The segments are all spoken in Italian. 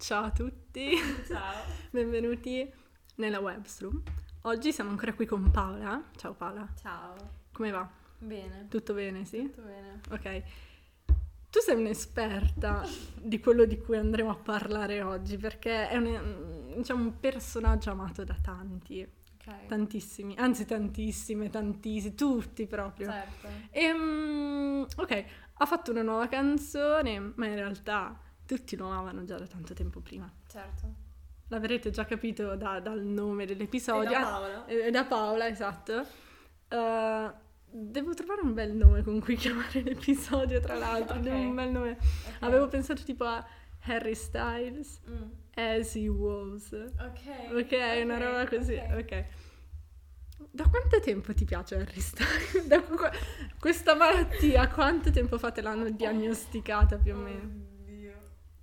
Ciao a tutti, Ciao. benvenuti nella Websroom. Oggi siamo ancora qui con Paola. Ciao Paola, Ciao. come va? Bene. Tutto bene, sì? Tutto bene. Ok. Tu sei un'esperta di quello di cui andremo a parlare oggi, perché è un personaggio amato da tanti, Ok. tantissimi, anzi tantissimi, tutti proprio. Certo. Ok, ha fatto una nuova canzone, ma in realtà tutti lo amavano già da tanto tempo prima. Certo. L'avrete già capito dal nome dell'episodio. E da Paola. È da Paola, esatto. Devo trovare un bel nome con cui chiamare l'episodio, tra l'altro. Ok. Devo un bel nome. Ok. Avevo pensato tipo a Harry Styles, Mm. As He Was. Ok. Ok, una roba così. ok. Ok. Da quanto tempo ti piace Harry Styles? Questa malattia, quanto tempo fa te l'hanno diagnosticata più o meno? Oddio.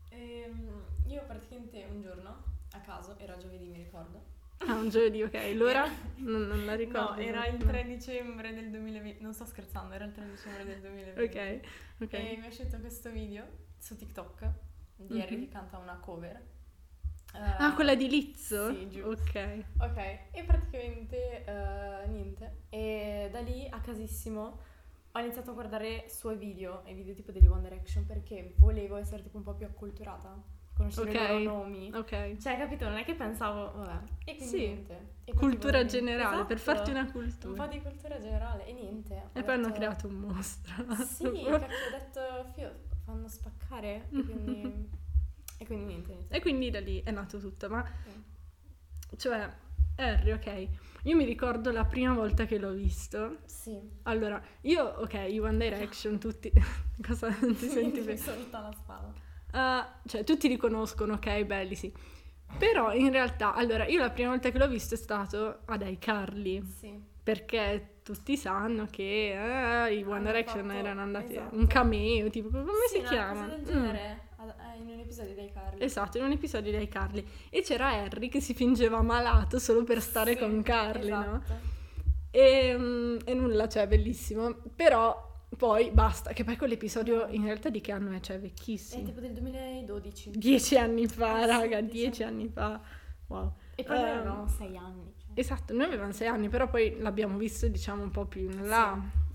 Io praticamente un giorno, a caso, era giovedì mi ricordo. Ah, un giovedì, ok. L'ora? Non la ricordo. No, era il No. 3 dicembre del 2020. Non sto scherzando, era il 3 dicembre del 2020. Ok. E mi è uscito questo video su TikTok di Harry Mhm. che canta una cover. Ah, quella di Lizzo? Sì, giù. Ok. Ok, e praticamente niente. E da lì a casissimo ho iniziato a guardare suoi video, i video tipo degli One Direction, perché volevo essere tipo un po' più acculturata, conoscere Ok. i loro nomi. Ok. Cioè, capito? Non è che pensavo, vabbè. E quindi Sì. niente. E poi Cultura tipo, generale, per esatto, farti una un cultura. po' di cultura generale e niente. E Ho poi hanno detto- creato un mostro. Sì, perché ho detto, fio, fanno spaccare e quindi... E quindi niente. E quindi da lì è nato tutto, ma Sì. cioè Harry, ok. Io mi ricordo la prima volta che l'ho visto. Sì. Allora, io, ok, i One Direction, tutti... Cosa non ti senti Mi bene? sono rotta la spalla. Cioè, tutti li conoscono, ok, belli, sì. Però in realtà, allora, io la prima volta che l'ho visto è stato ad iCarly, Sì. perché tutti sanno che i One Hanno Direction fatto- erano andati esatto. un cameo, tipo, come Sì, si una chiama? cosa del genere in un episodio dei Carly. Esatto, in un episodio di iCarly. E c'era Harry che si fingeva malato solo per stare Sì, con Carly, no? esatto. E nulla, cioè, bellissimo. Però poi basta, che poi quell'episodio in realtà di che anno è? Cioè, È vecchissimo. tipo del 2012. 10 anni fa, Ah, sì, raga, 10 10 anni fa. Wow. E poi noi avevamo 6 anni. Cioè. Esatto, noi avevamo 6 anni, però poi l'abbiamo visto, diciamo, un po' più in là.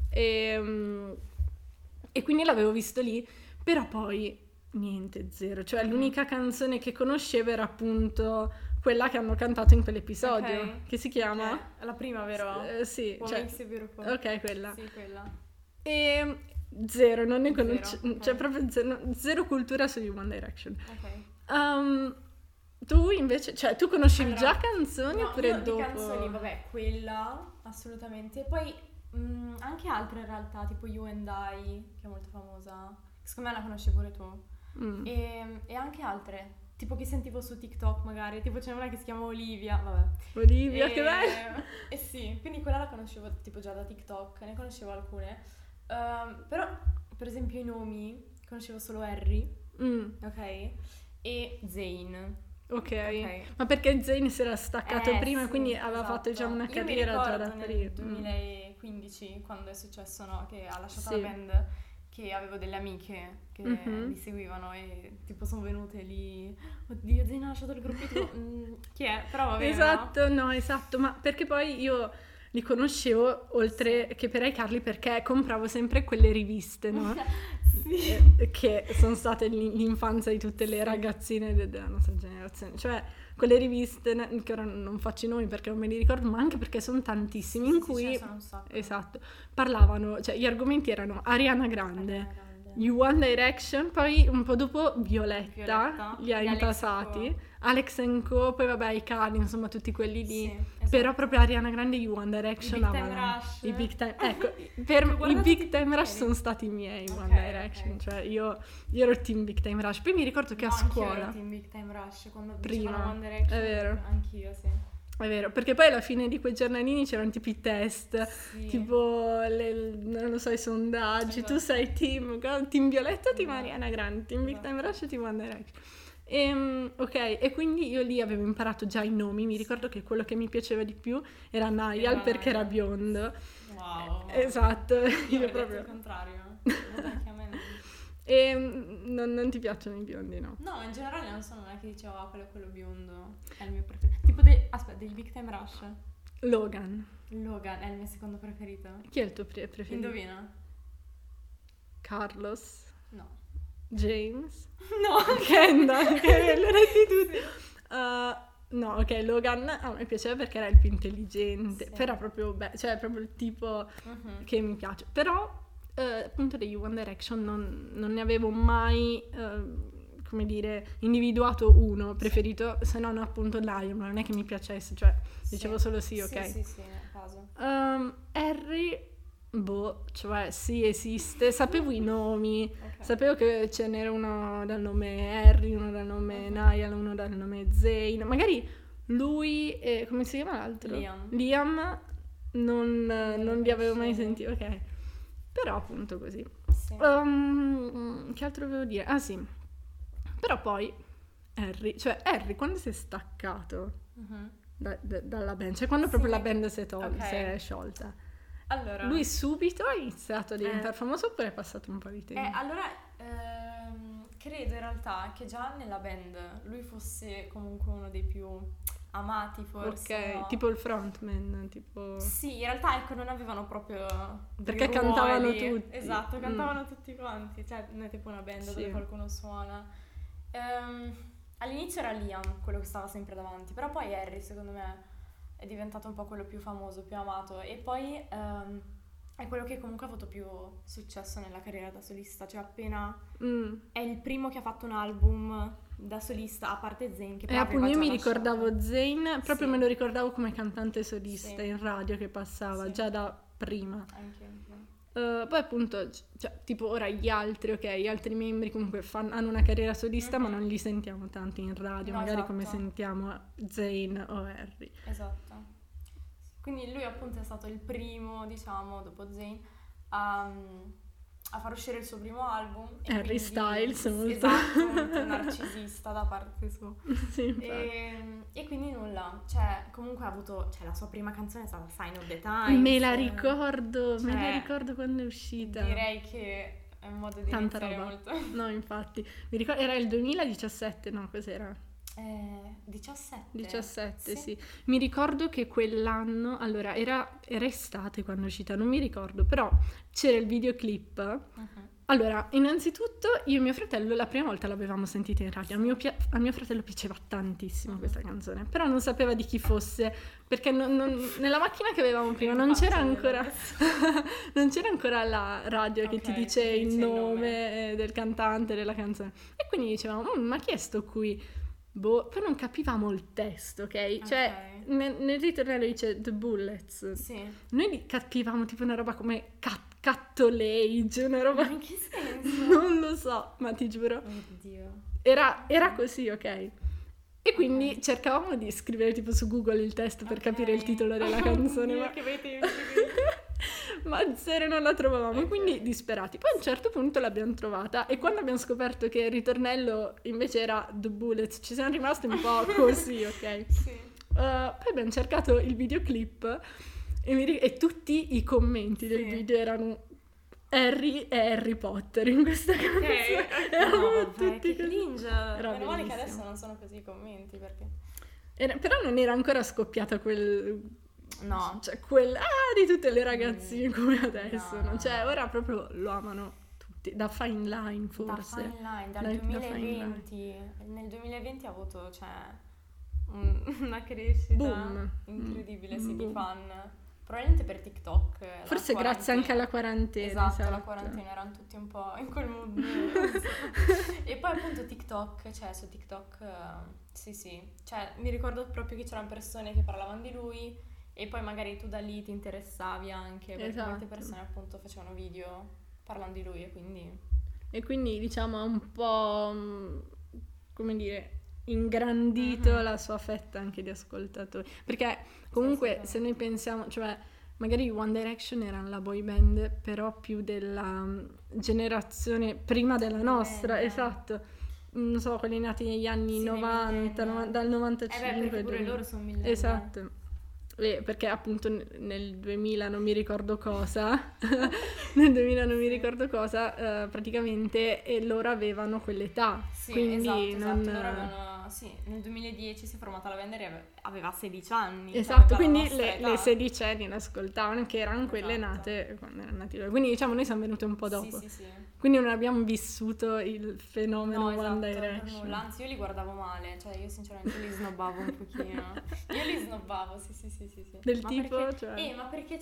E quindi l'avevo visto lì, però poi niente, zero. Cioè, l'unica canzone che conoscevo era appunto quella che hanno cantato in quell'episodio, Ok. che si chiama... Ok. La prima, vero? Sì, What cioè... Makes You Beautiful. Ok, quella. Sì, quella. E zero, non ne Zero, conosco, ok. cioè proprio zero cultura sugli One Direction. Ok. Tu invece, cioè tu conoscevi Allora, già canzoni no, oppure io dopo? di canzoni, vabbè, quella, assolutamente. Poi anche altre in realtà, tipo You and I, che è molto famosa. Secondo me la conosci pure tu. Mm. E anche altre, tipo che sentivo su TikTok magari, tipo c'è una che si chiama Olivia, vabbè. Olivia, che bello! Eh sì, quindi quella la conoscevo tipo già da TikTok, ne conoscevo alcune. Però, per esempio i nomi, conoscevo solo Harry, Mm, ok? E Zayn. ok, ma perché Zayn si era staccato prima e Sì, quindi aveva esatto. fatto diciamo una Io mi carriera già da ricordo prima. nel 2015, quando è successo, no, che ha lasciato Sì. la band, che avevo delle amiche che Mhm. li seguivano e tipo sono venute lì, oddio Zayn ha lasciato il gruppo, e tipo, chi è? Però va bene, Esatto, no, esatto, ma perché poi io li conoscevo oltre che per iCarly perché compravo sempre quelle riviste, no? Sì. Che sono state l'infanzia di tutte le Sì. ragazzine della nostra generazione, cioè quelle riviste che ora non faccio i nomi perché non me li ricordo, ma anche perché sono tantissimi in Sì, cui ce ne sono un sacco. esatto, parlavano, cioè gli argomenti erano Ariana Grande, Ariana Grande. You One Direction, poi un po' dopo Violetta li ha gli Alex intasati, Co. Alex Co, poi vabbè i Cali, insomma tutti quelli lì. Sì, esatto. Però proprio Ariana Grande e You One Direction I Big Time avevano- Rush. i Big Time, ecco, Che per i guardate Big tutti Time Rush ieri. sono stati i miei Ok, One Direction, ok. cioè io ero team Big Time Rush. Poi mi ricordo che No, a anch'io ero scuola, team Big Time Rush quando Prima, dicevano One Direction, è vero. Anch'io, sì. è vero, perché poi alla fine di quei giornalini c'erano tipo i test, Sì. tipo non lo so, i sondaggi, tu Esatto. sei team Violetta o team Esatto. Ariana Grande, team Big Esatto. Time Rush o team One Direction. Ok, e quindi io lì avevo imparato già i nomi, mi ricordo che quello che mi piaceva di più era Niall Era perché era Niall. biondo. Wow. Esatto, Io io avrei detto proprio... il contrario. Guarda che a me non- E non ti piacciono i biondi, no? No, in generale non è che dicevo, quello biondo è il mio preferito. Tipo dei Big Time Rush. Logan È il mio secondo preferito. Chi è il tuo preferito? Indovina. Carlos? No. James? No. Kendall, che le tutti. No, ok, Logan a me piaceva perché era il più intelligente, Sì. però proprio, cioè proprio il tipo che mi piace. Però, appunto, degli One Direction non ne avevo mai, come dire, individuato uno preferito, se non appunto Liam, non è che mi piacesse, cioè dicevo solo sì, ok. Sì, nel caso. Harry, cioè sì, esiste, sapevo i nomi, Ok. sapevo che ce n'era uno dal nome Harry, uno dal nome Niall, uno dal nome Zayn, magari lui e come si chiama l'altro? Liam non li avevo mai sentiti, ok, però appunto così. Sì. Che altro avevo dire? Ah sì, però poi Harry quando si è staccato dalla band, cioè quando proprio la band si è sciolta, Allora, lui subito ha iniziato a diventare famoso oppure è passato un po' di tempo? allora credo in realtà che già nella band lui fosse comunque uno dei più amati, forse. Ok, no? tipo il frontman, tipo... Sì, in realtà ecco, non avevano proprio Perché dei cantavano ruoli. tutti. Esatto, cantavano tutti quanti, cioè non è tipo una band Sì. dove qualcuno suona. All'inizio era Liam quello che stava sempre davanti, però poi Harry secondo me è diventato un po' quello più famoso, più amato, e poi è quello che comunque ha avuto più successo nella carriera da solista, cioè appena è il primo che ha fatto un album da solista, a parte Zayn, che E però appunto aveva io già mi lasciato. ricordavo Zayn, proprio Sì. me lo ricordavo come cantante solista Sì. in radio che passava Sì. già da prima. Anche. Poi appunto, cioè, tipo ora gli altri membri comunque hanno una carriera solista ma non li sentiamo tanto in radio, No, magari esatto. come sentiamo Zayn o Harry. Esatto. Quindi lui appunto è stato il primo, diciamo, dopo Zayn, a far uscire il suo primo album. E Harry quindi, Styles, molto. esatto, molto narcisista da parte sua. Sì, infatti. E quindi nulla, cioè comunque ha avuto, cioè la sua prima canzone è stata Sign of the Times. Me la ricordo Cioè, quando è uscita. Direi che è un modo di Tanta iniziare roba. molto. No, infatti. Mi ricordo, era il 2017, no, cos'era? 17. 17, sì. Mi ricordo che quell'anno, allora era estate quando è uscita, non mi ricordo, però c'era il videoclip. Allora, innanzitutto io e mio fratello la prima volta l'avevamo sentita in radio, a mio fratello piaceva tantissimo questa canzone, però non sapeva di chi fosse, perché nella macchina che avevamo prima non c'era ancora la radio che ti dice il nome del cantante della canzone, e quindi dicevamo, ma chi è sto qui? Poi non capivamo il testo, ok? Cioè, nel ritornello dice The Bullets. Sì. Noi capivamo tipo una roba come Catolage, una roba... Ma in che senso? Non lo so, ma ti giuro. Oddio. Era così, ok? E quindi cercavamo di scrivere tipo su Google il testo per capire il titolo della canzone, Oddio, ma... che bei tempi. ma zero non la trovavamo, quindi disperati. Poi a un certo punto l'abbiamo trovata e quando abbiamo scoperto che il ritornello invece era The Bullets, ci siamo rimasti un po' così, ok? Sì. Poi abbiamo cercato il videoclip e tutti i commenti del video erano Harry e Harry Potter in questa canzone. No, tutti che così. cringe. Era Meno male che bellissimo. adesso non sono così i commenti, perché... Però non era ancora scoppiata No. cioè di tutte le ragazzine come adesso, No. no? Cioè ora proprio lo amano tutti, da Fine Line forse. Da Fine Line, dal Da Fine 2020. Nel 2020 ha avuto, cioè, una crescita Boom. incredibile, sì, di Boom. fan. Probabilmente per TikTok. la Forse grazie anche alla quarantena. Esatto, la quarantena erano tutti un po' in quel mood. E poi appunto TikTok, cioè su TikTok, sì, cioè mi ricordo proprio che c'erano persone che parlavano di lui e poi magari tu da lì ti interessavi anche, perché Esatto. molte persone appunto facevano video parlando di lui E quindi diciamo ha un po', come dire, ingrandito la sua fetta anche di ascoltatori, perché comunque se noi pensiamo, cioè magari One Direction erano la boy band però più della generazione prima della nostra, esatto, non so, quelli nati negli anni 90, dal 95 perché pure loro sono millennial. esatto, perché appunto nel 2000 non mi ricordo cosa, praticamente loro avevano quell'età, Sì, quindi esatto. Loro avevano, sì, nel 2010 si è formata la band e aveva 16 anni. cioè Esatto, aveva la quindi nostra età. le sedicenni l'ascoltavano, che erano quelle Esatto. nate quando erano nati loro. Quindi diciamo noi siamo venute un po' dopo. Sì. Quindi non abbiamo vissuto il fenomeno No, One esatto, per Direction. nulla. Anzi, io li guardavo male, cioè io sinceramente li snobbavo un pochino. Io li snobbavo, sì. Del Ma tipo, perché, cioè... ma perché,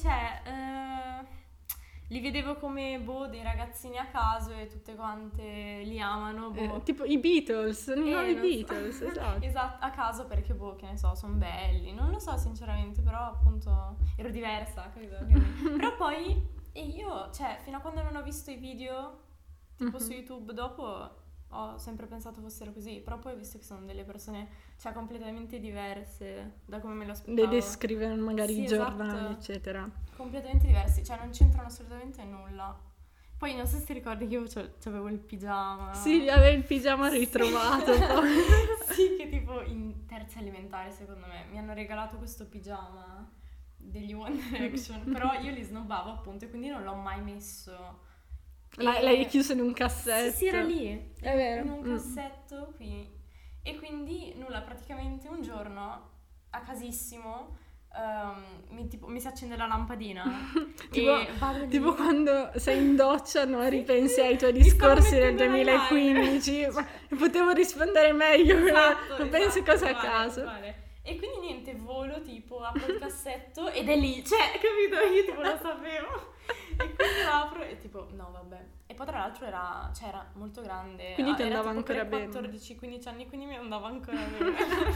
li vedevo come, dei ragazzini a caso e tutte quante li amano, tipo i Beatles, i nuovi non so. Beatles, esatto. Esatto, a caso perché, che ne so, sono belli. Non lo so sinceramente, però appunto ero diversa, capito? Però poi, io, cioè, fino a quando non ho visto i video, tipo su YouTube dopo, ho sempre pensato fossero così. Però poi ho visto che sono delle persone, cioè, completamente diverse da come me lo aspettavo. Le descrivono magari Sì, i giornali, esatto. eccetera. Completamente diversi, cioè non c'entrano assolutamente nulla. Poi non so se ti ricordi che io avevo il pigiama. Sì, avevi il pigiama ritrovato poi. Sì, che tipo in terza elementare secondo me mi hanno regalato questo pigiama degli One Direction, però io li snobbavo appunto e quindi non l'ho mai messo. L'hai chiuso in un cassetto. Sì, era lì, è vero. in un cassetto qui. E quindi nulla, praticamente un giorno a casissimo mi si accende la lampadina e vado lì. Tipo quando sei in doccia, no? Ripensi ai tuoi discorsi del 2015, ma potevo rispondere meglio, non pensi cose a caso. Vale. E quindi niente, volo, tipo, apro il cassetto ed è lì, cioè, capito? Io tipo lo sapevo. E quindi lo apro e tipo, no vabbè. E poi tra l'altro era molto grande. Quindi ti era andava tipo ancora bene. 14-15 anni, quindi mi andava ancora bene.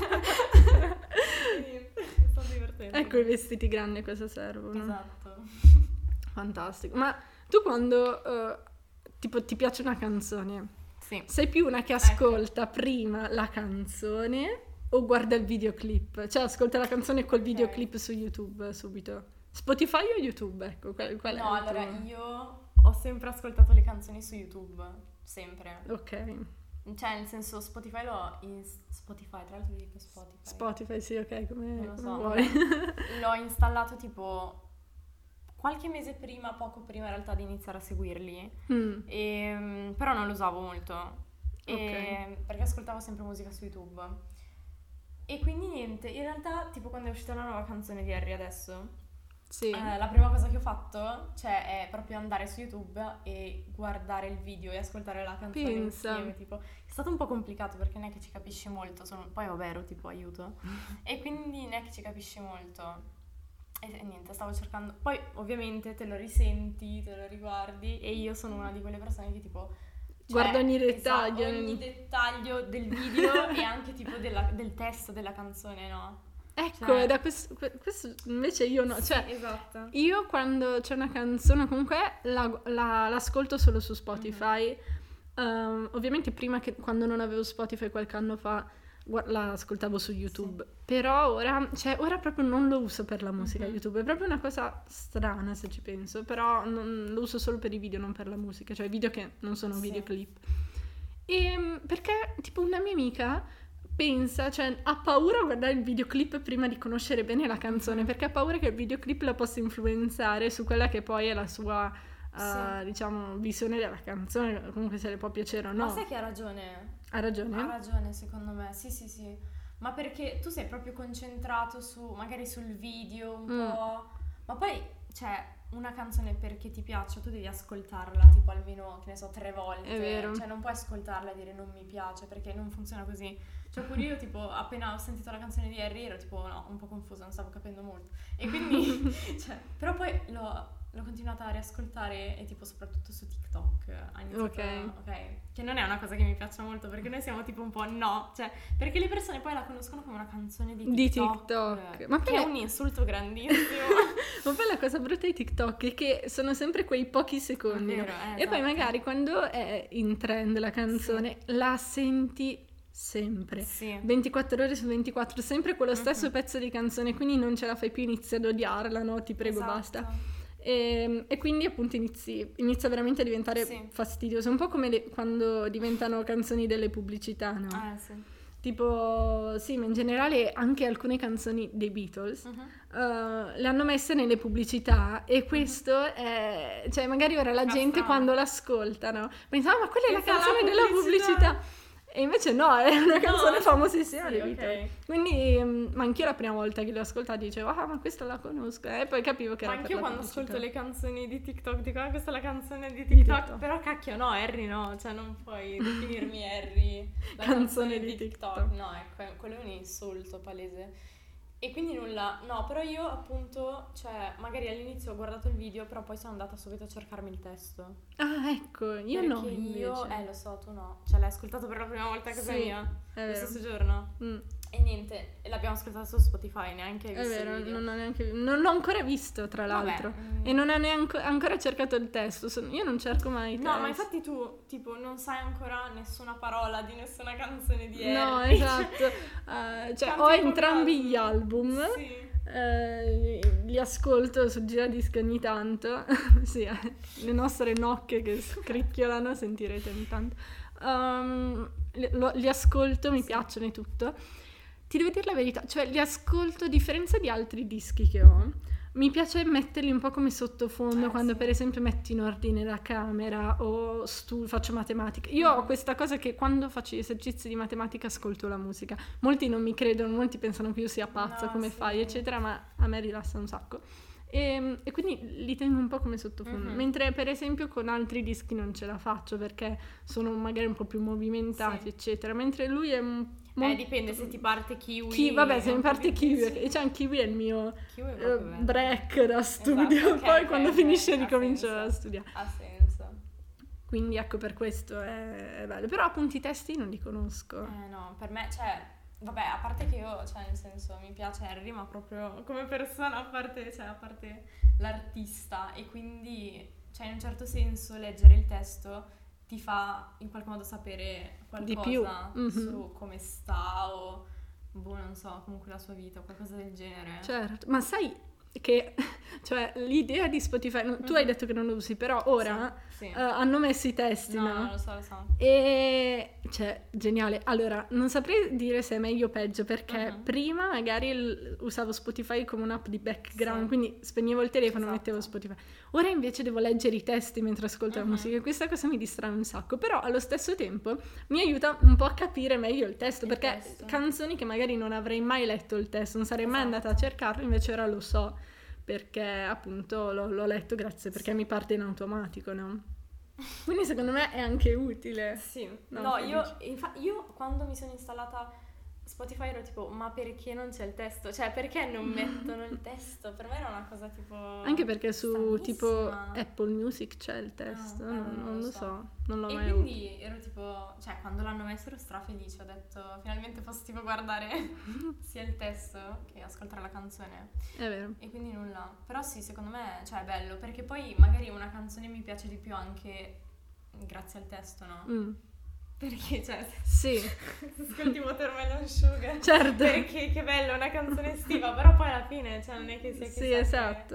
Quindi, sto divertendo. Ecco i vestiti grandi a cosa servono. Esatto. Fantastico. Ma tu quando, tipo, ti piace una canzone, Sì. sei più una che ascolta prima la canzone o guarda il videoclip? Cioè ascolta la canzone col videoclip su YouTube subito? Spotify o YouTube? Ecco, qual è No, il tuo- allora io ho sempre ascoltato le canzoni su YouTube, sempre. Ok. Cioè, nel senso, Spotify Spotify, tra l'altro dico Spotify. Spotify, sì, ok, come Non lo so. vuoi. L'ho installato tipo qualche mese prima, poco prima in realtà di iniziare a seguirli. Però non lo usavo molto. Perché ascoltavo sempre musica su YouTube. E quindi niente, in realtà tipo quando è uscita la nuova canzone di Harry adesso, Sì. la prima cosa che ho fatto, cioè, è proprio andare su YouTube e guardare il video e ascoltare la canzone insieme, tipo. È stato un po' complicato perché non è che ci capisci molto, poi vabbè ero tipo aiuto, e quindi non è che ci capisci molto. E niente, stavo cercando, poi ovviamente te lo risenti, te lo riguardi, e io sono una di quelle persone che tipo... Guarda ogni dettaglio. Esatto, ogni dettaglio del video e anche tipo del testo della canzone, no? Ecco, Cioè- da questo invece io no, cioè Sì, esatto. io quando c'è una canzone comunque l'ascolto solo su Spotify. Ovviamente prima quando non avevo Spotify qualche anno fa la ascoltavo su YouTube, però ora proprio non lo uso per la musica YouTube, è proprio una cosa strana se ci penso, però lo uso solo per i video, non per la musica, cioè video che non sono videoclip. E perché tipo una mia amica pensa, cioè ha paura a guardare il videoclip prima di conoscere bene la canzone, perché ha paura che il videoclip la possa influenzare su quella che poi è la sua diciamo visione della canzone, comunque se le può piacere o no. Ma sai che ha ragione? Ha ragione? Ha ragione secondo me, sì. Ma perché tu sei proprio concentrato magari sul video un po', ma poi, cioè, una canzone perché ti piace, tu devi ascoltarla tipo almeno, che ne so, 3 volte. È vero. Cioè non puoi ascoltarla e dire non mi piace, perché non funziona così. Cioè pure io tipo appena ho sentito la canzone di Harry ero tipo no, un po' confusa, non stavo capendo molto. E quindi, cioè, però poi l'ho continuata a riascoltare e tipo soprattutto su TikTok ha iniziato, ok, che non è una cosa che mi piaccia molto perché noi siamo tipo un po' no, cioè perché le persone poi la conoscono come una canzone di TikTok. Ma che è un insulto grandissimo. Ma poi la cosa brutta di TikTok è che sono sempre quei pochi secondi, Vero, e poi magari quando è in trend la canzone la senti sempre, 24 ore su 24, sempre quello stesso pezzo di canzone, quindi non ce la fai più, inizi ad odiarla, no? Ti prego, basta. E quindi appunto inizia veramente a diventare fastidioso, un po' come quando diventano canzoni delle pubblicità, no? tipo, sì, ma in generale anche alcune canzoni dei Beatles le hanno messe nelle pubblicità e questo è, cioè magari ora la gente quando l'ascoltano pensa, ma quella è la canzone della pubblicità. E invece no, è una canzone famosissima di Beatles. Okay. Quindi, ma anch'io la prima volta che l'ho ascoltata dicevo, ma questa la conosco. E poi capivo che Ma era per anch'io la quando pubblicità. ascolto le canzoni di TikTok dico, questa è la canzone di TikTok. TikTok. Però cacchio, no, Harry no, cioè non puoi definirmi Harry la Canzone di TikTok. No, ecco, quello è un insulto palese. E quindi nulla, no, però io appunto, cioè, magari all'inizio ho guardato il video, però poi sono andata subito a cercarmi il testo. Ah, ecco, io no, Perché invece. io, lo so, tu no. Cioè, l'hai ascoltato per la prima volta a casa Sì, mia, è lo vero. stesso giorno. E niente, e l'abbiamo ascoltato su Spotify, neanche hai È visto vero, il video. non l'ho ancora visto, tra l'altro. E non ha neanche ancora cercato il testo. Io non cerco mai i testi. No, ma infatti tu, tipo, non sai ancora nessuna parola di nessuna canzone di No, Harry. esatto. Cioè, ho entrambi gli album. Sì. Li ascolto su giradischi ogni tanto. Sì, le nostre nocche che scricchiolano sentirete ogni tanto. Li ascolto, mi piacciono e tutto. Ti devo dire la verità, cioè li ascolto a differenza di altri dischi che ho. Mi piace metterli un po' come sottofondo quando per esempio metto in ordine la camera o faccio matematica. Io ho questa cosa che quando faccio gli esercizi di matematica ascolto la musica. Molti non mi credono, molti pensano che io sia pazza, come fai, eccetera, ma a me rilassa un sacco. E quindi li tengo un po' come sottofondo. Mentre per esempio con altri dischi non ce la faccio perché sono magari un po' più movimentati, eccetera. Mentre lui è dipende se ti parte Kiwi. Vabbè, se mi parte Kiwi, cioè Kiwi è il mio break da studio, Esatto, poi quando finisce ricomincio a studiare. Ha senso. Quindi ecco, per questo è bello. Però appunto i testi non li conosco. No, per me, cioè, vabbè, a parte che io, cioè, nel senso, mi piace Harry, ma proprio come persona, a parte l'artista, e quindi, cioè, in un certo senso, leggere il testo ti fa in qualche modo sapere qualcosa di più su come sta o, non so, comunque la sua vita o qualcosa del genere. Certo, ma sai che, cioè, l'idea di Spotify, tu hai detto che non lo usi, però ora hanno messo i testi, no? No, lo so. E, cioè, geniale. Allora, non saprei dire se è meglio o peggio, perché prima magari usavo Spotify come un'app di background, quindi spegnevo il telefono e mettevo Spotify. Ora invece devo leggere i testi mentre ascolto la musica e questa cosa mi distrae un sacco, però allo stesso tempo mi aiuta un po' a capire meglio il testo, perché canzoni che magari non avrei mai letto il testo, non sarei mai andata a cercarlo, invece ora lo so, perché appunto l'ho letto perché mi parte in automatico, no? Quindi secondo me è anche utile. Sì, no, io quando mi sono installata Spotify ero tipo, ma perché non c'è il testo? Cioè, perché non mettono il testo? Per me era una cosa tipo... Anche perché su tipo Apple Music c'è il testo, non lo so, non l'ho mai avuto. E quindi ero tipo, cioè, quando l'hanno messo ero strafelice, ho detto, finalmente posso tipo guardare sia il testo che ascoltare la canzone. È vero. E quindi nulla. Però sì, secondo me, cioè, è bello, perché poi magari una canzone mi piace di più anche grazie al testo, no? Perché, cioè, sì, ascolti Watermelon Sugar, certo, perché che bello, una canzone estiva, però poi alla fine, cioè, non è che sia chissà sì, esatto,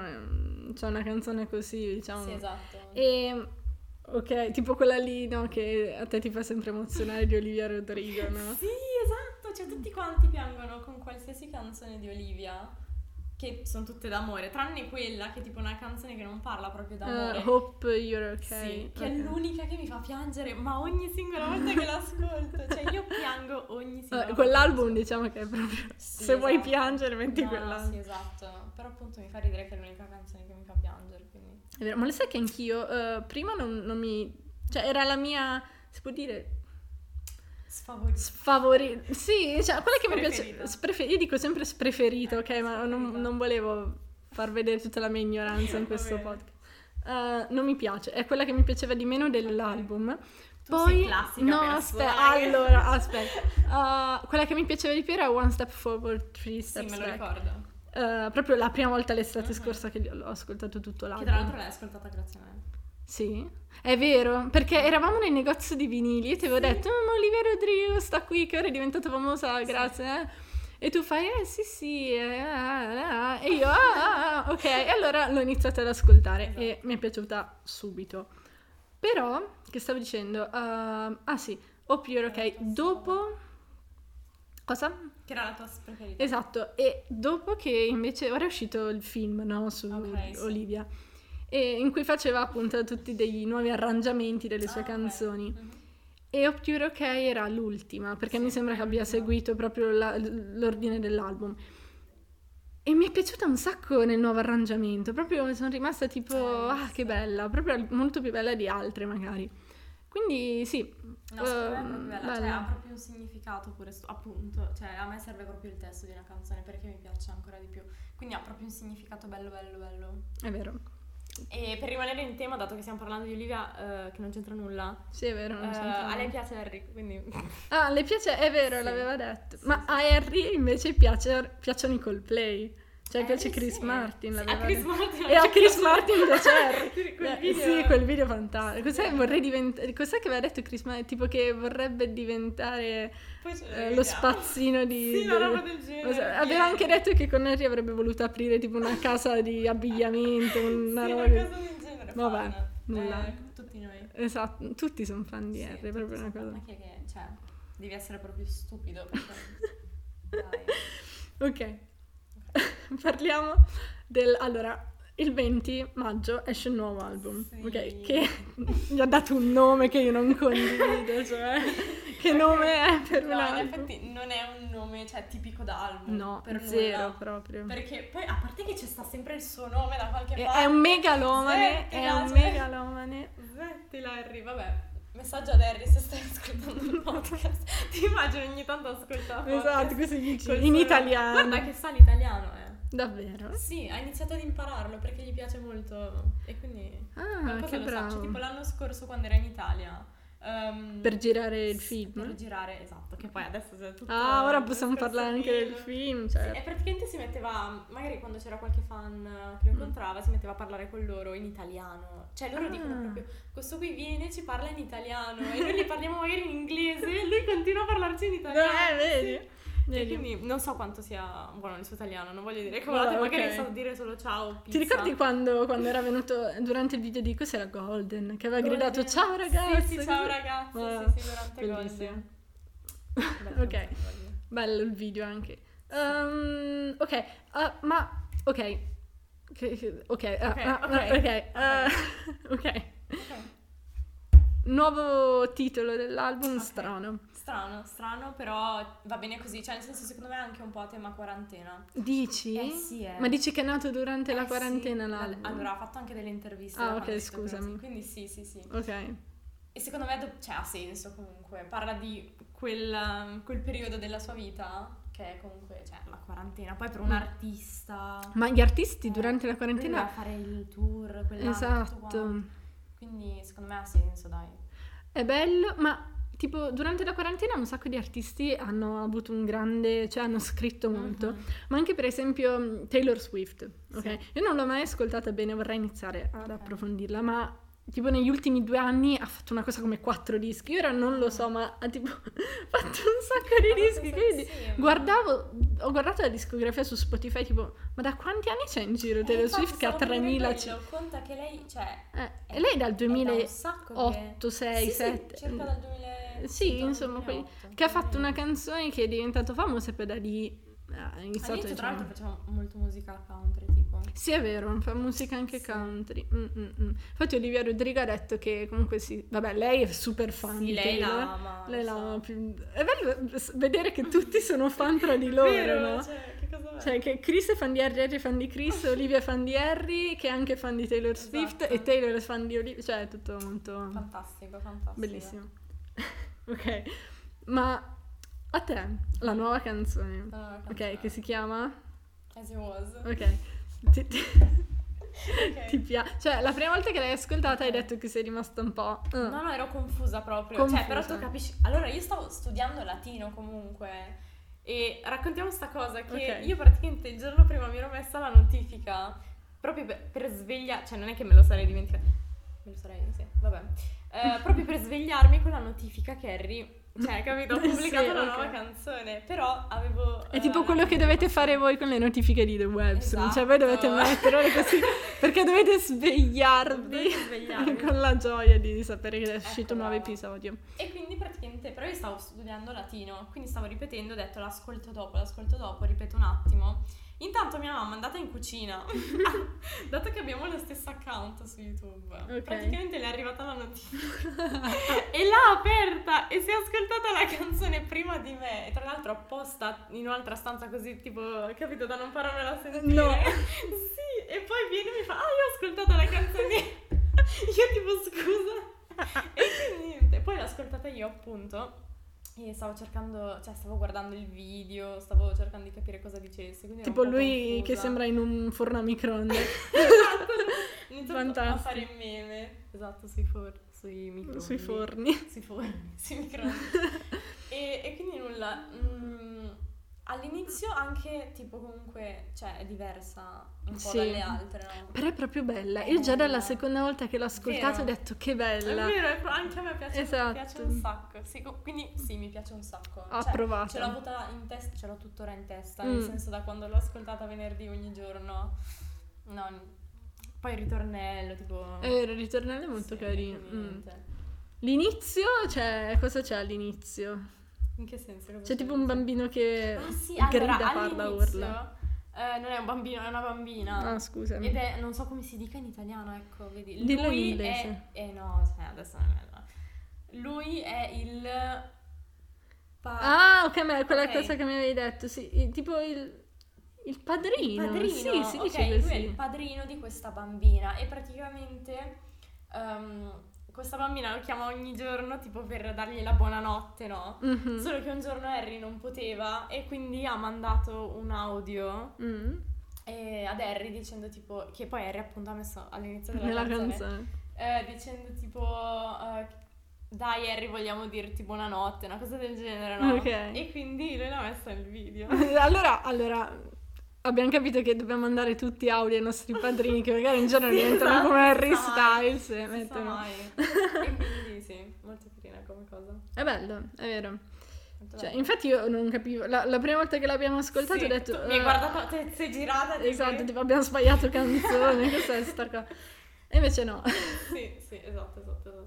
c'è una canzone così, diciamo. Sì, esatto. E ok, tipo quella lì, no, che a te ti fa sempre emozionare, di Olivia Rodrigo, no? Sì, esatto, cioè tutti quanti piangono con qualsiasi canzone di Olivia, che sono tutte d'amore, tranne quella che è tipo una canzone che non parla proprio d'amore. Hope You're Okay. Sì, che è l'unica che mi fa piangere, ma ogni singola volta che l'ascolto, cioè io piango ogni singola volta. Quell'album diciamo che è proprio, se vuoi piangere metti quell'album. Sì, esatto, però appunto mi fa ridere che è l'unica canzone che mi fa piangere, quindi. È vero, ma lo sai che anch'io prima non mi, cioè era la mia, si può dire... Sfavorita. Sì, cioè quella che mi piace. Io dico sempre preferita, ok? Ma non volevo far vedere tutta la mia ignoranza in questo podcast. Non mi piace, è quella che mi piaceva di meno dell'album. Poi, sei classica persona. Aspetta. Quella che mi piaceva di più era One Step Forward, Three Steps Back. Sì, me lo ricordo. Proprio la prima volta l'estate scorsa che l'ho ascoltato tutto l'album. Che tra l'altro l'hai ascoltata grazie a me. Sì, è vero, perché eravamo nel negozio di vinili e ti avevo detto, ma Olivia Rodrigo sta qui, che ora è diventata famosa, grazie. E tu fai, sì, e io, ok, e allora l'ho iniziata ad ascoltare e mi è piaciuta subito. Però, che stavo dicendo, sì, Hope You're Okay, dopo Cosa? Che era la tua preferita. Esatto, e dopo che invece ora è uscito il film, no, su Ok, sì. Olivia, e in cui faceva appunto tutti dei nuovi arrangiamenti delle sue Ok. canzoni. Mhm. E Hope You're Ok era l'ultima, perché Sì, mi sembra è che abbia l'ultima. seguito proprio l'ordine dell'album. E mi è piaciuta un sacco nel nuovo arrangiamento, proprio sono rimasta tipo, che bella, proprio molto più bella di altre magari. Quindi sì, No, secondo me è proprio bella, cioè bella. ha proprio un significato pure, appunto, cioè a me serve proprio il testo di una canzone perché mi piace ancora di più, quindi ha proprio un significato bello. È vero. E per rimanere in tema, dato che stiamo parlando di Olivia, che non c'entra nulla, Sì, è vero, non c'entra a lei nulla. piace Harry, quindi... Ah, le piace, è vero, Sì. l'aveva detto. Sì, Ma sì, a sì. Harry invece piacciono i Coldplay. Cioè piace Chris sì. Martin, Sì, l'aveva a Chris detto. Martin E a non Chris piace. Martin piace Harry. Quel video- Sì, quel video fantastico. Sì. Cos'è? Vorrei diventare... Cos'è che aveva detto Chris Martin? Tipo che vorrebbe diventare Poi ce lo lo rivediamo. spazzino di... Sì, una roba del genere. Aveva anche detto che con Harry avrebbe voluto aprire tipo una casa di abbigliamento, una sì, roba una che- cosa del genere. Vabbè, fan. nulla. Tutti noi. Esatto, tutti sono fan di Sì, Harry, è tutti proprio una sono fan. cosa... Ma che, cioè, devi essere proprio stupido perché... Dai. Ok, parliamo allora, il 20 maggio esce il nuovo album, Sì. ok? Che gli ha dato un nome che io non condivido, cioè, che nome è per un No, in album? effetti non è un nome, cioè, tipico da album. No, per zero nulla. proprio. Perché poi, a parte che ci sta sempre il suo nome da qualche È parte. un megalomane, è Smettila, un cioè. megalomane. Smettila, Harry, vabbè. Messaggio ad Harry se stai ascoltando il podcast. Ti immagino ogni tanto ascolta podcast. Esatto, così dici, Col in suo- italiano. Guarda che sa l'italiano, Davvero? Sì, ha iniziato ad impararlo perché gli piace molto e quindi Ah, qualcosa che lo sa. Cioè, bravo. tipo l'anno scorso quando era in Italia Per girare il sì, film? per girare, esatto, che poi adesso è tutto Ah, ora il possiamo discorso parlare anche del film, cioè... Sì, e praticamente si metteva, magari quando c'era qualche fan che lo incontrava, si metteva a parlare con loro in italiano. Cioè loro dicono proprio, questo qui viene e ci parla in italiano e noi gli parliamo magari in inglese e lui continua a parlarci in italiano. vedi? Sì. E Vedi? quindi non so quanto sia buono il suo italiano, non voglio dire cavolate, Vabbè, magari ok. sa dire solo ciao, Ti pizza. ricordi quando era venuto durante il video di cos'era Golden? Che aveva Golden. gridato ciao ragazzi! Sì, ciao così? ragazzi, Ah, sì, durante bellissimo. Golden. Ok, bello il video anche. Ok, ma ok. Ok. Nuovo titolo dell'album, Ok. strano. Strano, però va bene così, cioè nel senso secondo me è anche un po' a tema quarantena. Dici? Sì, Ma dici che è nato durante la quarantena sì. l'album? Allora, ha fatto anche delle interviste. Ah, da ok, quando è stato scusami. così, quindi sì. Ok. E secondo me cioè, ha senso comunque, parla di quel periodo della sua vita che è comunque, cioè, la quarantena. Poi per un artista... Ma gli artisti durante la quarantena... Doveva fare il tour, quell'anno, tutto Esatto. quanto. Quindi secondo me ha senso, dai. È bello, ma tipo durante la quarantena un sacco di artisti hanno avuto un grande, cioè hanno scritto molto, ma anche per esempio Taylor Swift, ok? Sì. Io non l'ho mai ascoltata bene, vorrei iniziare ad approfondirla, ma tipo negli ultimi 2 anni ha fatto una cosa come 4 dischi, io ora non lo so, ma ha tipo fatto un sacco di dischi, quindi ho guardato la discografia su Spotify tipo, ma da quanti anni c'è in giro Taylor Swift che ha 3000... Conta che lei, cioè... e lei dal è da un sacco 2008, 6, sì, 7... circa dal 2000... Sì, insomma, poi che ha fatto una canzone che è diventato famosa e poi da lì ha iniziato, All'inizio tra l'altro diciamo... faceva molto musica country, tipo. Sì, è vero, fa musica anche Sì. country. Infatti Olivia Rodrigo ha detto che comunque sì, vabbè, lei è super fan Sì, di lei Taylor. la ama. Lei lo la so. ama più... È bello vedere che tutti sono fan tra di loro, Vero, no? cioè, che cosa è? Cioè che Chris è fan di Harry, Harry è fan di Chris, Olivia è fan di Harry, che è anche fan di Taylor Swift Esatto. e Taylor è fan di Olivia, cioè è tutto molto Fantastico. bellissimo. Ok, ma a te la nuova canzone, ok, che si chiama? As It Was. Ok, ti, Ok. ti piace? Cioè la prima volta che l'hai ascoltata hai detto che sei rimasta un po'... No, ero confusa proprio. Confusa. Cioè, però tu capisci. Allora, io stavo studiando latino comunque. E raccontiamo sta cosa che Ok. io praticamente il giorno prima mi ero messa la notifica proprio per svegliare. Cioè, non è che me lo sarei dimenticato. Me lo sarei, sì, vabbè. Proprio per svegliarmi con la notifica che Harry. Cioè, capito? Ho Sì, pubblicato una ok. nuova canzone. Però avevo È tipo quello che dovete fare voi con le notifiche di The Webs, cioè voi dovete metterle così perché dovete svegliarvi con la gioia di sapere che è uscito un nuovo episodio. E quindi praticamente, però io stavo studiando latino, quindi stavo ripetendo, ho detto l'ascolto dopo, ripeto un attimo. Intanto mia mamma è andata in cucina, dato che abbiamo lo stesso account su YouTube, praticamente le è arrivata la notifica e l'ha aperta e si è ascoltata la canzone prima di me, e tra l'altro apposta in un'altra stanza così, tipo, capito, da non farmela sentire. No. Sì, e poi viene e mi fa, io ho ascoltato la canzone. Io tipo, scusa. E quindi niente, poi l'ho ascoltata io appunto. E stavo guardando il video, stavo cercando di capire cosa dicesse. Tipo lui che sembra in un forno a microonde. Esatto, iniziato a fare meme. Esatto, sui microonde. Sui forni. Sui microonde. e quindi nulla. All'inizio anche tipo comunque, cioè è diversa un po' dalle altre, no? Però è proprio bella. Io già dalla seconda volta che l'ho ascoltato ho detto che bella. È vero, anche a me piace, mi piace un sacco. Sì, quindi sì, mi piace un sacco. Ho provato. Ce l'ho avuta in testa, ce l'ho tuttora in testa, nel senso da quando l'ho ascoltata venerdì ogni giorno. No, poi il ritornello, tipo... il ritornello è molto carino. L'inizio, cioè, cosa c'è all'inizio? In che senso? C'è tipo un bambino che grida, parla, urla. Non è un bambino, è una bambina. Ah, scusami. Ed è, non so come si dica in italiano, ecco, vedi. Dillo in inglese. No, adesso non è. Lui è il... ok, ma è quella cosa che mi avevi detto, sì, tipo il padrino. Il padrino, sì, si dice lui così. è il padrino di questa bambina e praticamente... questa bambina lo chiama ogni giorno tipo per dargli la buonanotte, no? Mm-hmm. Solo che un giorno Harry non poteva e quindi ha mandato un audio ad Harry dicendo tipo, che poi Harry appunto ha messo all'inizio della canzone. Dicendo tipo dai Harry, vogliamo dirti buonanotte, una cosa del genere, no? Ok. E quindi lui l'ha messa nel video. allora abbiamo capito che dobbiamo mandare tutti audio ai nostri padrini che magari un giorno diventano come Harry Styles e mettono. E quindi sì, molto carina come cosa. È bello, è vero. Cioè, infatti io non capivo, la prima volta che l'abbiamo ascoltato ho detto... Mi hai guardato, sei girata. Esatto, tipo abbiamo sbagliato canzone, cos'è sta cosa? E invece no. Sì, esatto.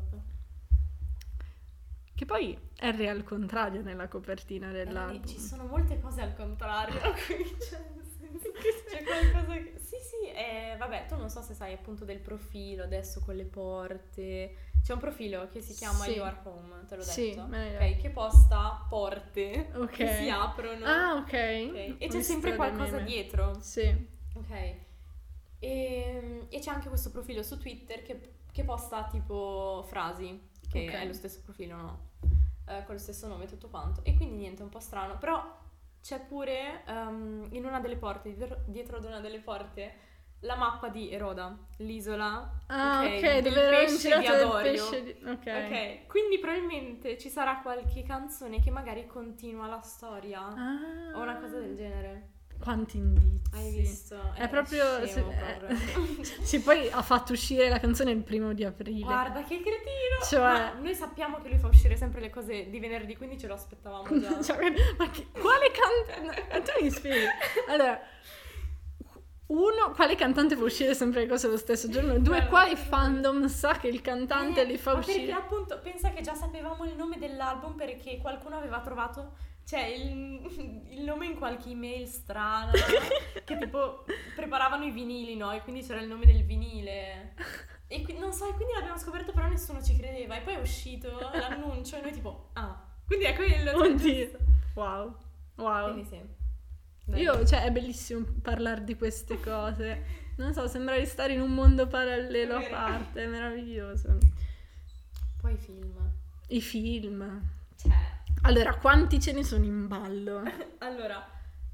Che poi Harry è al contrario nella copertina dell'album. Ci sono molte cose al contrario qui, c'è qualcosa che... Sì, vabbè, tu non so se sai appunto del profilo adesso con le porte. C'è un profilo che si chiama Your Home, te l'ho detto? Sì, ok, che posta porte che si aprono. Ah, ok. E c'è sempre qualcosa dietro. Sì. Ok. E c'è anche questo profilo su Twitter che posta tipo frasi, che è lo stesso profilo, no? Con lo stesso nome e tutto quanto. E quindi niente, è un po' strano. Però c'è pure in una delle porte, dietro ad una delle porte, la mappa di Eroda, l'isola del pesce di Adorio. Ok, quindi probabilmente ci sarà qualche canzone che magari continua la storia o una cosa del genere. Quanti indizi. Hai visto? È proprio... Sì, poi ha fatto uscire la canzone il 1 aprile. Guarda che cretino! Cioè... Ma noi sappiamo che lui fa uscire sempre le cose di venerdì, quindi ce lo aspettavamo già. Ma quale cantante? Tu mi spieghi. Allora, quale cantante fa uscire sempre le cose lo stesso giorno? Due, quale fandom sa che il cantante li fa uscire? Perché appunto, pensa che già sapevamo il nome dell'album perché qualcuno aveva trovato... Cioè il nome in qualche email strana che tipo preparavano i vinili, no? E quindi c'era il nome del vinile e non so, e quindi l'abbiamo scoperto però nessuno ci credeva e poi è uscito l'annuncio e noi tipo quindi è quello. Oddio. Wow. Quindi sì. È bellissimo parlare di queste cose, non so, sembra di stare in un mondo parallelo a parte, è meraviglioso. Poi i film cioè allora, quanti ce ne sono in ballo? Allora,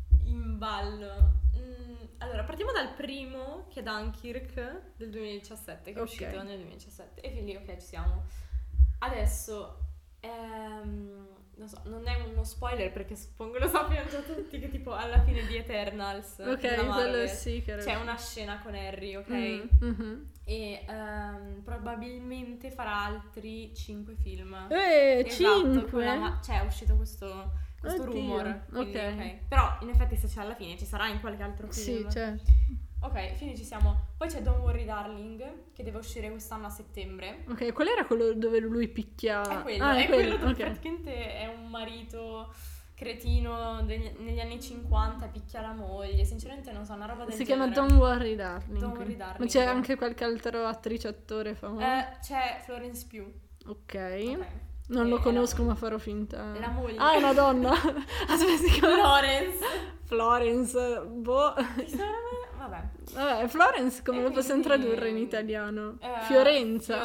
partiamo dal primo, che è Dunkirk, del 2017, che è uscito nel 2017. E quindi, ok, ci siamo. Adesso, non so, non è uno spoiler perché suppongo lo sappiano già tutti, che tipo alla fine di Eternals Ok, quello sì che c'è una scena con Harry, ok? E probabilmente farà altri 5 film. Esatto, 5? cioè è uscito questo Oddio, rumor, quindi, ok. ok. Però in effetti se c'è alla fine ci sarà in qualche altro film. Sì, certo. Ok, fine ci siamo. Poi c'è Don't Worry Darling, che deve uscire quest'anno a settembre. Ok, qual era quello dove lui picchia? È quello, Ah, è quello dove ok. praticamente è un marito cretino negli anni 50, picchia la moglie. Sinceramente non so, una roba del Si genere. chiama Don't Worry Darling. Don't Worry Darling. Ma c'è anche qualche altro attrice attore famoso? C'è Florence Pugh. Ok. Ok. Non lo È conosco, la- ma farò finta. è la moglie. Ah, è una donna. Aspetta, si chiama Florence. Florence. Boh. Vabbè. Vabbè, Florence come E lo possiamo quindi- tradurre in italiano? Fiorenza.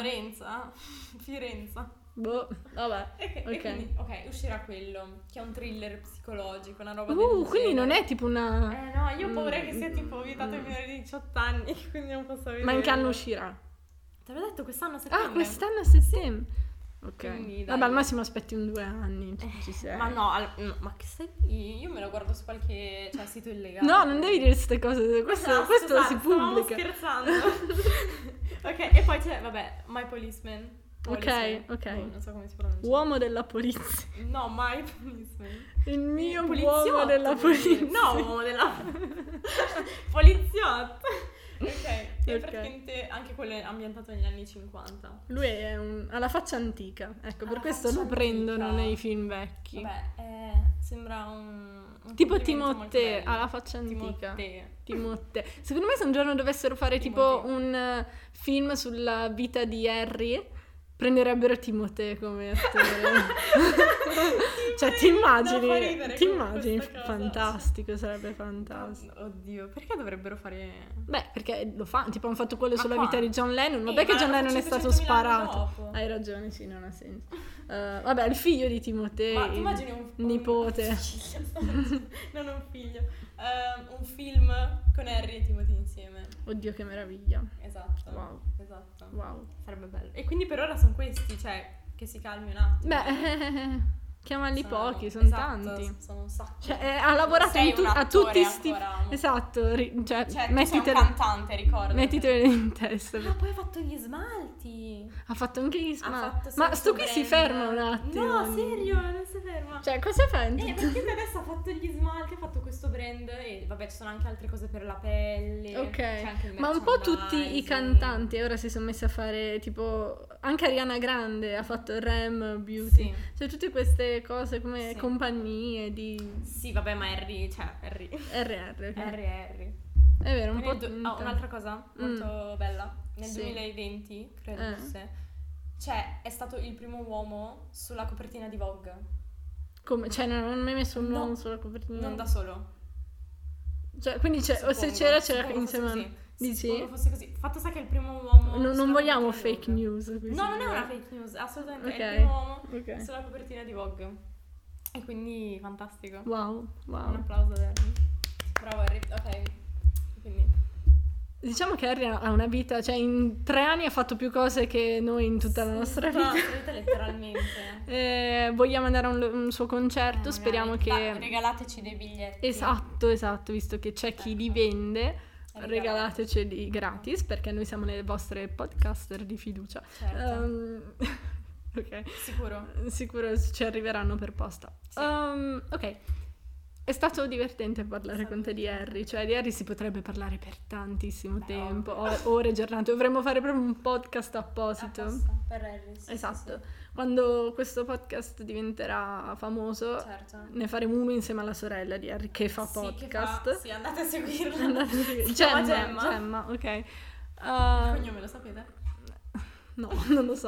Boh, vabbè. E Ok. quindi, ok, uscirà quello, che è un thriller psicologico, una roba del Quindi non genere. è tipo una... No, io ho paura che sia tipo vietato ai minori di 18 anni, quindi non posso vedere. Ma in che anno uscirà? Te l'ho detto, quest'anno a settembre. Ah, quest'anno a settembre. Ok. Quindi, dai. Vabbè, al massimo aspetti 2 anni, ci sei. Ma no, ma che sei? Io me lo guardo su qualche sito illegale. No, non devi dire queste cose, questo Scusate, si stavamo pubblica. scherzando. Ok, e poi c'è, vabbè, My Policeman. Ok. Non so come si pronuncia. Uomo della polizia. No, My Policeman. Il mio Poliziotto, uomo della vuol dire. polizia. No, uomo della poliziotto. Ok, e Ok. praticamente anche quello è ambientato negli anni 50. Lui ha la faccia antica, ecco, per La questo faccia lo prendono antica. nei film vecchi. Vabbè, sembra un Tipo complimento molto Timothée, bello. ha la faccia antica. Timothée. Timothée. Secondo me se un giorno dovessero fare tipo un film sulla vita di Harry, prenderebbero Timothée come attore. Cioè ti immagini, No, fa ridere comunque questa cosa. fantastico, sarebbe fantastico. Oddio, perché dovrebbero fare... Beh, perché lo fanno, tipo hanno fatto quello Ma sulla qua? vita di John Lennon, vabbè che ma John l'hanno Lennon è fatto stato 500.000 anni sparato. dopo. Hai ragione, sì, non ha senso. Vabbè, il figlio di Timothée, Ma ti immagini un nipote. non un figlio. Un film con Harry e Timothy insieme. Oddio che meraviglia. Esatto. Wow. Esatto. Wow. Sarebbe bello. E quindi per ora sono questi, cioè, che si calmi un attimo. Beh, chiamali pochi, sono esatto, tanti. Sono un sacco. Cioè, ha lavorato Sei un a attore tutti sti... ancora. Esatto, cioè, Cioè, tu sei un mettitelo, cantante, ricordo. mettitelo in testa. Ma poi ha fatto gli smalti. Ha fatto anche gli Ha smalti. fatto Ma senza sto qui si brand. ferma un attimo. No, serio, non si ferma. Cioè, cosa fa in tutto? Perché adesso ha fatto gli smalti, ha fatto questo brand e vabbè ci sono anche altre cose per la pelle. Ok, c'è anche il ma un po' tutti i merchandising. cantanti ora si sono messi a fare tipo anche Ariana Grande ha fatto Rem Beauty, Sì. cioè tutte queste cose come Sì. compagnie di Sì, vabbè, ma Harry, cioè Harry. RR, ok. Harry. È vero, un po' un'altra cosa molto bella. Nel Sì. 2020, credo fosse, cioè è stato il primo uomo sulla copertina di Vogue. come, cioè non hanno mai messo un No, uomo sulla copertina. Non da solo. Cioè, quindi o se c'era insieme a... Sì, Dici? suppongo fosse così. Fatto sta che è il primo uomo Non sulla vogliamo copertina di fake Vogue. news qui, No, non è sì. una fake news, assolutamente Ok, è il primo uomo ok. sulla copertina di Vogue. E quindi fantastico. Wow. Un applauso ad Harry. Bravo Harry. Ok. Quindi Diciamo che Harry ha una vita, cioè in 3 anni ha fatto più cose che noi in tutta la nostra tutta la vita. nostra vita letteralmente. Vogliamo andare a un suo concerto, speriamo Magari. che... Regalateci dei biglietti. Esatto, visto che c'è chi li vende, Regalateci. regalateceli gratis perché noi siamo le vostre podcaster di fiducia. Certo. Ok, Sicuro. ci arriveranno per posta. Sì. Ok, è stato divertente parlare con te di Harry, cioè di Harry si potrebbe parlare per tantissimo tempo, ore, giornate, dovremmo fare proprio un podcast apposito. Per Harry, sì, Esatto, sì. quando questo podcast diventerà famoso Certo. ne faremo uno insieme alla sorella di Harry che fa Sì, podcast. sì, andate a seguirla. Andate a seguire. Si chiama Gemma, ok. Il cognome lo sapete? No, non lo so.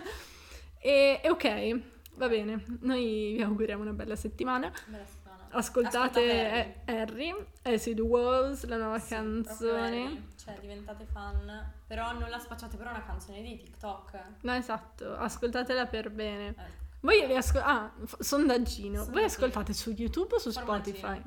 E ok, va bene. Noi vi auguriamo una bella settimana. Bella settimana. Ascoltate Harry, Acid Walls, la nuova Sì, proprio canzone. Harry. Cioè, diventate fan. Però non la spacciate per una canzone di TikTok. No, esatto, ascoltatela per bene. Ecco. Voi li sondaggino. Voi Sondaggino. ascoltate su YouTube o su Spotify?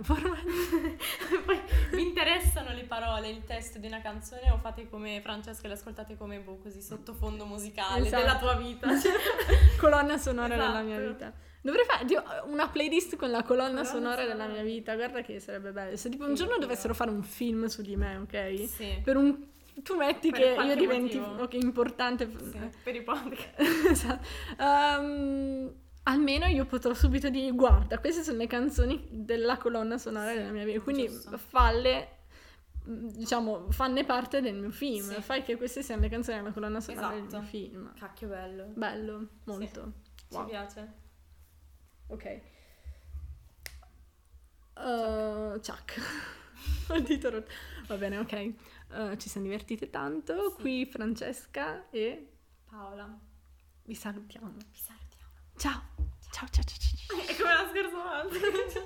Poi vi interessano le parole, il testo di una canzone o fate come Francesca e le ascoltate come così sottofondo musicale Esatto. della tua vita? Colonna sonora Esatto. della mia vita. Dovrei fare una playlist con la colonna sonora della mia vita, guarda che sarebbe bello. Se tipo un giorno dovessero fare un film su di me, ok? Sì. Tu metti Per che io qualche diventi motivo. importante. Sì, per i podcast. Esatto. Almeno io potrò subito dire, guarda, queste sono le canzoni della colonna sonora della mia vita, quindi giusto. fanne parte del mio film. Sì. Fai che queste siano le canzoni della colonna sonora del Esatto. mio film. Cacchio bello. Bello, molto. Ci Wow. piace. Ok. Chuck. Ho il dito rotto. Va bene, ok. Ci siamo divertite tanto. Sì. Qui Francesca e Paola. vi salutiamo. Vi salutiamo. Ciao. Ciao, ciao, ciao, ciao. È come la scorsa volta.